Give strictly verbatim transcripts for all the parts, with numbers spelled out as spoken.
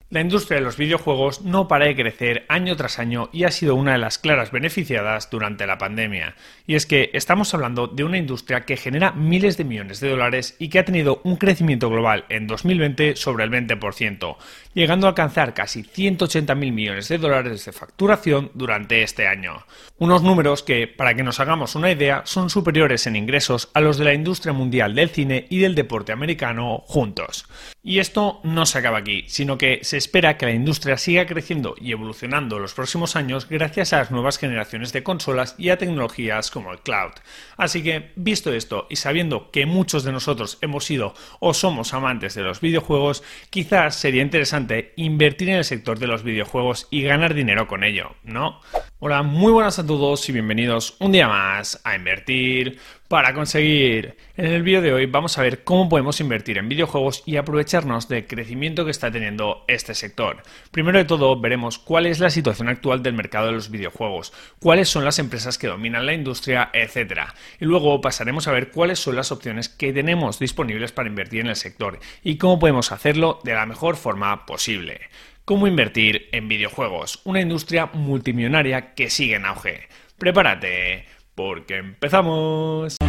La industria de los videojuegos no para de crecer año tras año y ha sido una de las claras beneficiadas durante la pandemia. Y es que estamos hablando de una industria que genera miles de millones de dólares y que ha tenido un crecimiento global en dos mil veinte sobre el veinte por ciento, llegando a alcanzar casi ciento ochenta mil millones de dólares de facturación durante este año. Unos números que, para que nos hagamos una idea, son superiores en ingresos a los de la industria mundial del cine y del deporte americano juntos. Y esto no se acaba aquí, sino que se espera que la industria siga creciendo y evolucionando en los próximos años gracias a las nuevas generaciones de consolas y a tecnologías como el cloud. Así que, visto esto y sabiendo que muchos de nosotros hemos sido o somos amantes de los videojuegos, quizás sería interesante invertir en el sector de los videojuegos y ganar dinero con ello, ¿no? Hola, muy buenas a todos y bienvenidos un día más a Invertir para Conseguir. En el vídeo de hoy vamos a ver cómo podemos invertir en videojuegos y aprovecharnos del crecimiento que está teniendo este sector. Primero de todo veremos cuál es la situación actual del mercado de los videojuegos, cuáles son las empresas que dominan la industria, etcétera. Y luego pasaremos a ver cuáles son las opciones que tenemos disponibles para invertir en el sector y cómo podemos hacerlo de la mejor forma posible. ¿Cómo invertir en videojuegos? Una industria multimillonaria que sigue en auge. Prepárate, porque empezamos.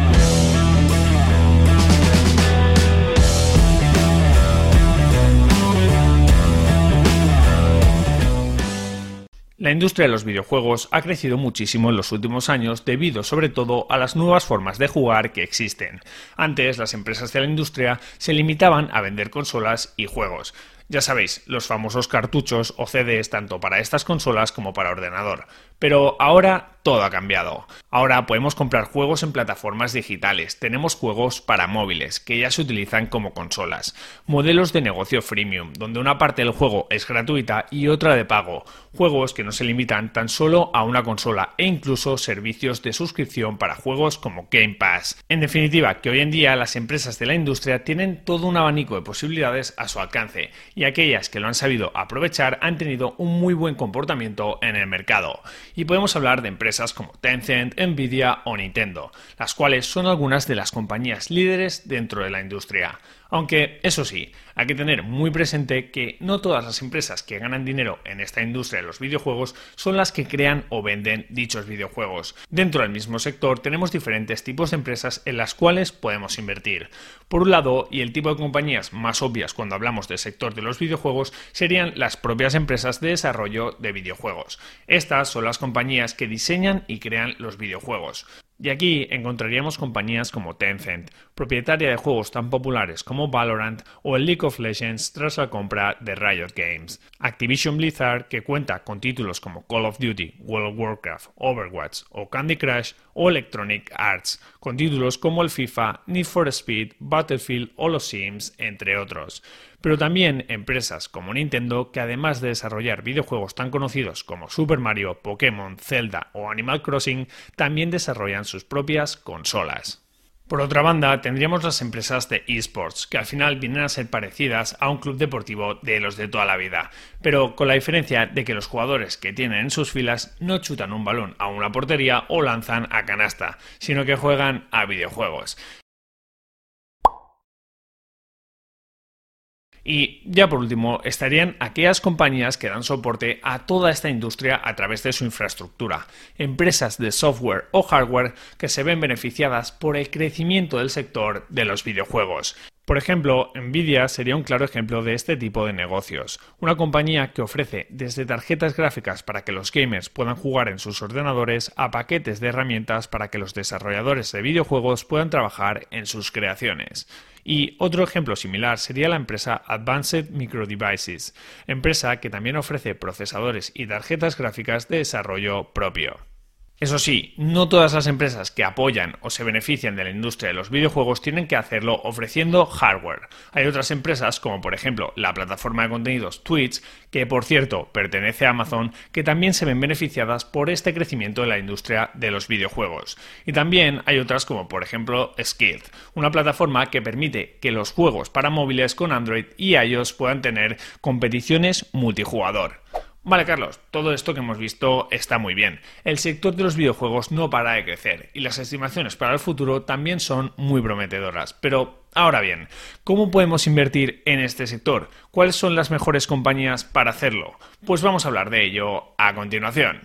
La industria de los videojuegos ha crecido muchísimo en los últimos años debido sobre todo a las nuevas formas de jugar que existen. Antes, las empresas de la industria se limitaban a vender consolas y juegos. Ya sabéis, los famosos cartuchos o C Ds tanto para estas consolas como para ordenador. Pero ahora todo ha cambiado. Ahora podemos comprar juegos en plataformas digitales, tenemos juegos para móviles que ya se utilizan como consolas, modelos de negocio freemium, donde una parte del juego es gratuita y otra de pago, juegos que no se limitan tan solo a una consola e incluso servicios de suscripción para juegos como Game Pass. En definitiva, que hoy en día las empresas de la industria tienen todo un abanico de posibilidades a su alcance y aquellas que lo han sabido aprovechar han tenido un muy buen comportamiento en el mercado. Y podemos hablar de empresas como Tencent, Nvidia o Nintendo, las cuales son algunas de las compañías líderes dentro de la industria. Aunque, eso sí, hay que tener muy presente que no todas las empresas que ganan dinero en esta industria de los videojuegos son las que crean o venden dichos videojuegos. Dentro del mismo sector tenemos diferentes tipos de empresas en las cuales podemos invertir. Por un lado, y el tipo de compañías más obvias cuando hablamos del sector de los videojuegos, serían las propias empresas de desarrollo de videojuegos. Estas son las compañías que diseñan y crean los videojuegos. Y aquí encontraríamos compañías como Tencent, propietaria de juegos tan populares como Valorant o el League of Legends tras la compra de Riot Games. Activision Blizzard, que cuenta con títulos como Call of Duty, World of Warcraft, Overwatch o Candy Crush, o Electronic Arts, con títulos como el FIFA, Need for Speed, Battlefield o los Sims, entre otros. Pero también empresas como Nintendo, que además de desarrollar videojuegos tan conocidos como Super Mario, Pokémon, Zelda o Animal Crossing, también desarrollan sus propias consolas. Por otra banda, tendríamos las empresas de eSports, que al final vienen a ser parecidas a un club deportivo de los de toda la vida, pero con la diferencia de que los jugadores que tienen en sus filas no chutan un balón a una portería o lanzan a canasta, sino que juegan a videojuegos. Y ya por último estarían aquellas compañías que dan soporte a toda esta industria a través de su infraestructura, empresas de software o hardware que se ven beneficiadas por el crecimiento del sector de los videojuegos. Por ejemplo, Nvidia sería un claro ejemplo de este tipo de negocios. Una compañía que ofrece desde tarjetas gráficas para que los gamers puedan jugar en sus ordenadores a paquetes de herramientas para que los desarrolladores de videojuegos puedan trabajar en sus creaciones. Y otro ejemplo similar sería la empresa Advanced Micro Devices, empresa que también ofrece procesadores y tarjetas gráficas de desarrollo propio. Eso sí, no todas las empresas que apoyan o se benefician de la industria de los videojuegos tienen que hacerlo ofreciendo hardware. Hay otras empresas, como por ejemplo la plataforma de contenidos Twitch, que por cierto pertenece a Amazon, que también se ven beneficiadas por este crecimiento de la industria de los videojuegos. Y también hay otras como por ejemplo Skilled, una plataforma que permite que los juegos para móviles con Android y iOS puedan tener competiciones multijugador. Vale, Carlos, todo esto que hemos visto está muy bien. El sector de los videojuegos no para de crecer y las estimaciones para el futuro también son muy prometedoras. Pero, Ahora bien, ¿cómo podemos invertir en este sector? ¿Cuáles son las mejores compañías para hacerlo? Pues vamos a hablar de ello a continuación.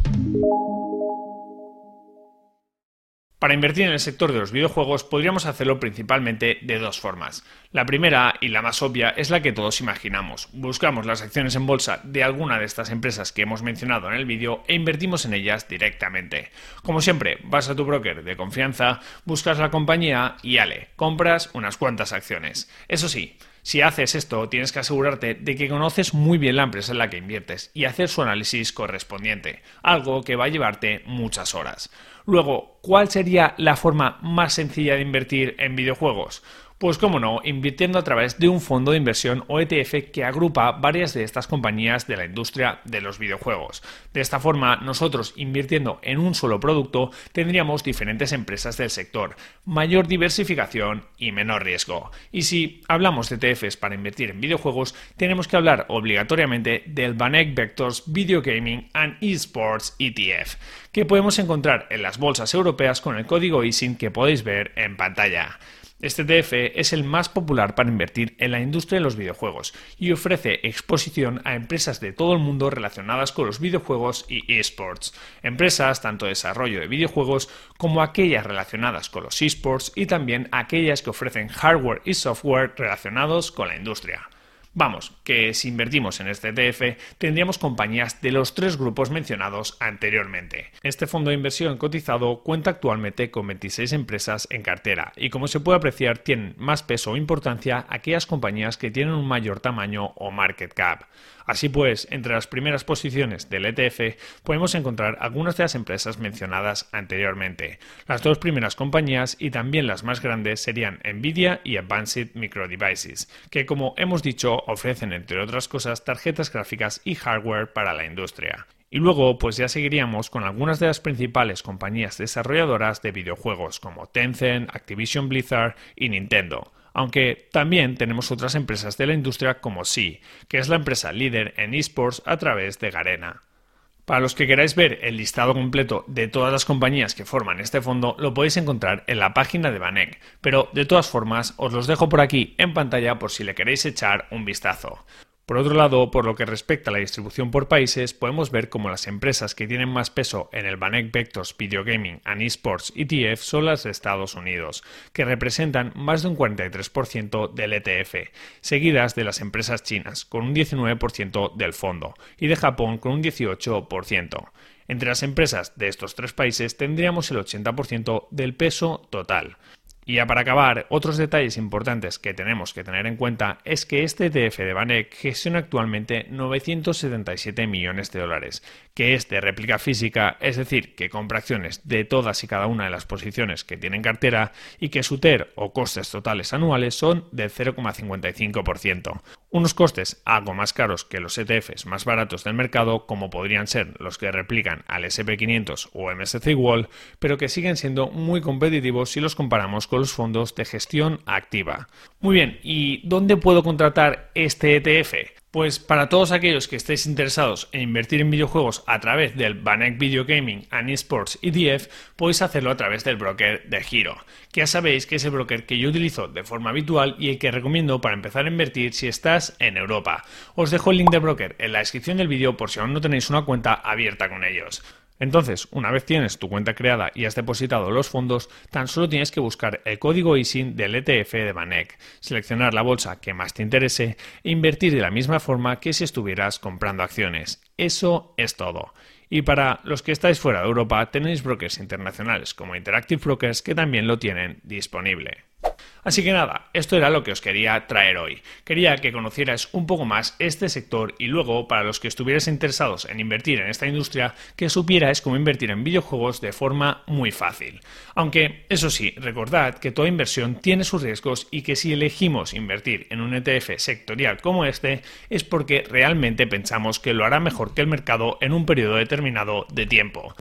Para invertir en el sector de los videojuegos podríamos hacerlo principalmente de dos formas. La primera y la más obvia es la que todos imaginamos. Buscamos las acciones en bolsa de alguna de estas empresas que hemos mencionado en el vídeo e invertimos en ellas directamente. Como siempre, vas a tu broker de confianza, buscas la compañía y ale, compras unas cuantas acciones. Eso sí, si haces esto, tienes que asegurarte de que conoces muy bien la empresa en la que inviertes y hacer su análisis correspondiente, algo que va a llevarte muchas horas. Luego, ¿cuál sería la forma más sencilla de invertir en videojuegos? Pues cómo no, invirtiendo a través de un fondo de inversión o E T F que agrupa varias de estas compañías de la industria de los videojuegos. De esta forma, nosotros invirtiendo en un solo producto tendríamos diferentes empresas del sector, mayor diversificación y menor riesgo. Y si hablamos de E T Fs para invertir en videojuegos, tenemos que hablar obligatoriamente del Vanek Vectors Video Gaming and Esports E T F, que podemos encontrar en las bolsas europeas con el código I S I N que podéis ver en pantalla. Este E T F es el más popular para invertir en la industria de los videojuegos y ofrece exposición a empresas de todo el mundo relacionadas con los videojuegos y esports, empresas tanto de desarrollo de videojuegos como aquellas relacionadas con los esports y también aquellas que ofrecen hardware y software relacionados con la industria. Vamos, que si invertimos en este E T F tendríamos compañías de los tres grupos mencionados anteriormente. Este fondo de inversión cotizado cuenta actualmente con veintiséis empresas en cartera y, como se puede apreciar, tienen más peso o importancia aquellas compañías que tienen un mayor tamaño o market cap. Así pues, entre las primeras posiciones del E T F podemos encontrar algunas de las empresas mencionadas anteriormente. Las dos primeras compañías y también las más grandes serían Nvidia y Advanced Micro Devices, que, como hemos dicho, ofrecen entre otras cosas tarjetas gráficas y hardware para la industria. Y luego, pues ya seguiríamos con algunas de las principales compañías desarrolladoras de videojuegos como Tencent, Activision Blizzard y Nintendo. Aunque también tenemos otras empresas de la industria como Sea, que es la empresa líder en esports a través de Garena. Para los que queráis ver el listado completo de todas las compañías que forman este fondo, lo podéis encontrar en la página de Vanek, pero de todas formas os los dejo por aquí en pantalla por si le queréis echar un vistazo. Por otro lado, por lo que respecta a la distribución por países, podemos ver cómo las empresas que tienen más peso en el Vanek Vectors Video Gaming and Esports E T F son las de Estados Unidos, que representan más de un cuarenta y tres por ciento del E T F, seguidas de las empresas chinas, con un diecinueve por ciento del fondo, y de Japón con un dieciocho por ciento. Entre las empresas de estos tres países tendríamos el ochenta por ciento del peso total. Y ya para acabar, otros detalles importantes que tenemos que tener en cuenta es que este E T F de Vanek gestiona actualmente novecientos setenta y siete millones de dólares, que es de réplica física, es decir, que compra acciones de todas y cada una de las posiciones que tiene en cartera y que su T E R o costes totales anuales son del cero coma cincuenta y cinco por ciento. Unos costes algo más caros que los E T Fs más baratos del mercado, como podrían ser los que replican al ese and pe quinientos o M S C I World, pero que siguen siendo muy competitivos si los comparamos con los fondos de gestión activa. Muy bien, ¿y dónde puedo contratar este E T F? Pues para todos aquellos que estéis interesados en invertir en videojuegos a través del Vanek Video Gaming and Esports E T F, podéis hacerlo a través del broker de Giro, que ya sabéis que es el broker que yo utilizo de forma habitual y el que recomiendo para empezar a invertir si estás en Europa. Os dejo el link del broker en la descripción del vídeo por si aún no tenéis una cuenta abierta con ellos. Entonces, una vez tienes tu cuenta creada y has depositado los fondos, tan solo tienes que buscar el código I S I N del E T F de Vanek, seleccionar la bolsa que más te interese e invertir de la misma forma que si estuvieras comprando acciones. Eso es todo. Y para los que estáis fuera de Europa, tenéis brokers internacionales como Interactive Brokers que también lo tienen disponible. Así que nada, esto era lo que os quería traer hoy. Quería que conocierais un poco más este sector y luego, para los que estuvierais interesados en invertir en esta industria, que supierais cómo invertir en videojuegos de forma muy fácil. Aunque, eso sí, recordad que toda inversión tiene sus riesgos y que si elegimos invertir en un E T F sectorial como este, es porque realmente pensamos que lo hará mejor que el mercado en un periodo determinado de tiempo.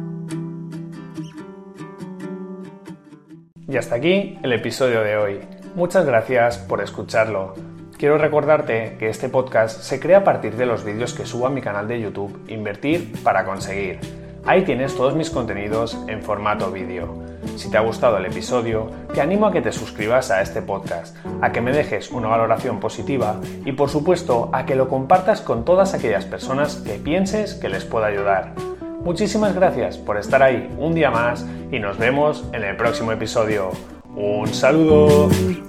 Y hasta aquí el episodio de hoy. Muchas gracias por escucharlo. Quiero recordarte que este podcast se crea a partir de los vídeos que subo a mi canal de YouTube Invertir para Conseguir. Ahí tienes todos mis contenidos en formato vídeo. Si te ha gustado el episodio, te animo a que te suscribas a este podcast, a que me dejes una valoración positiva y por supuesto a que lo compartas con todas aquellas personas que pienses que les pueda ayudar. Muchísimas gracias por estar ahí un día más y nos vemos en el próximo episodio. ¡Un saludo!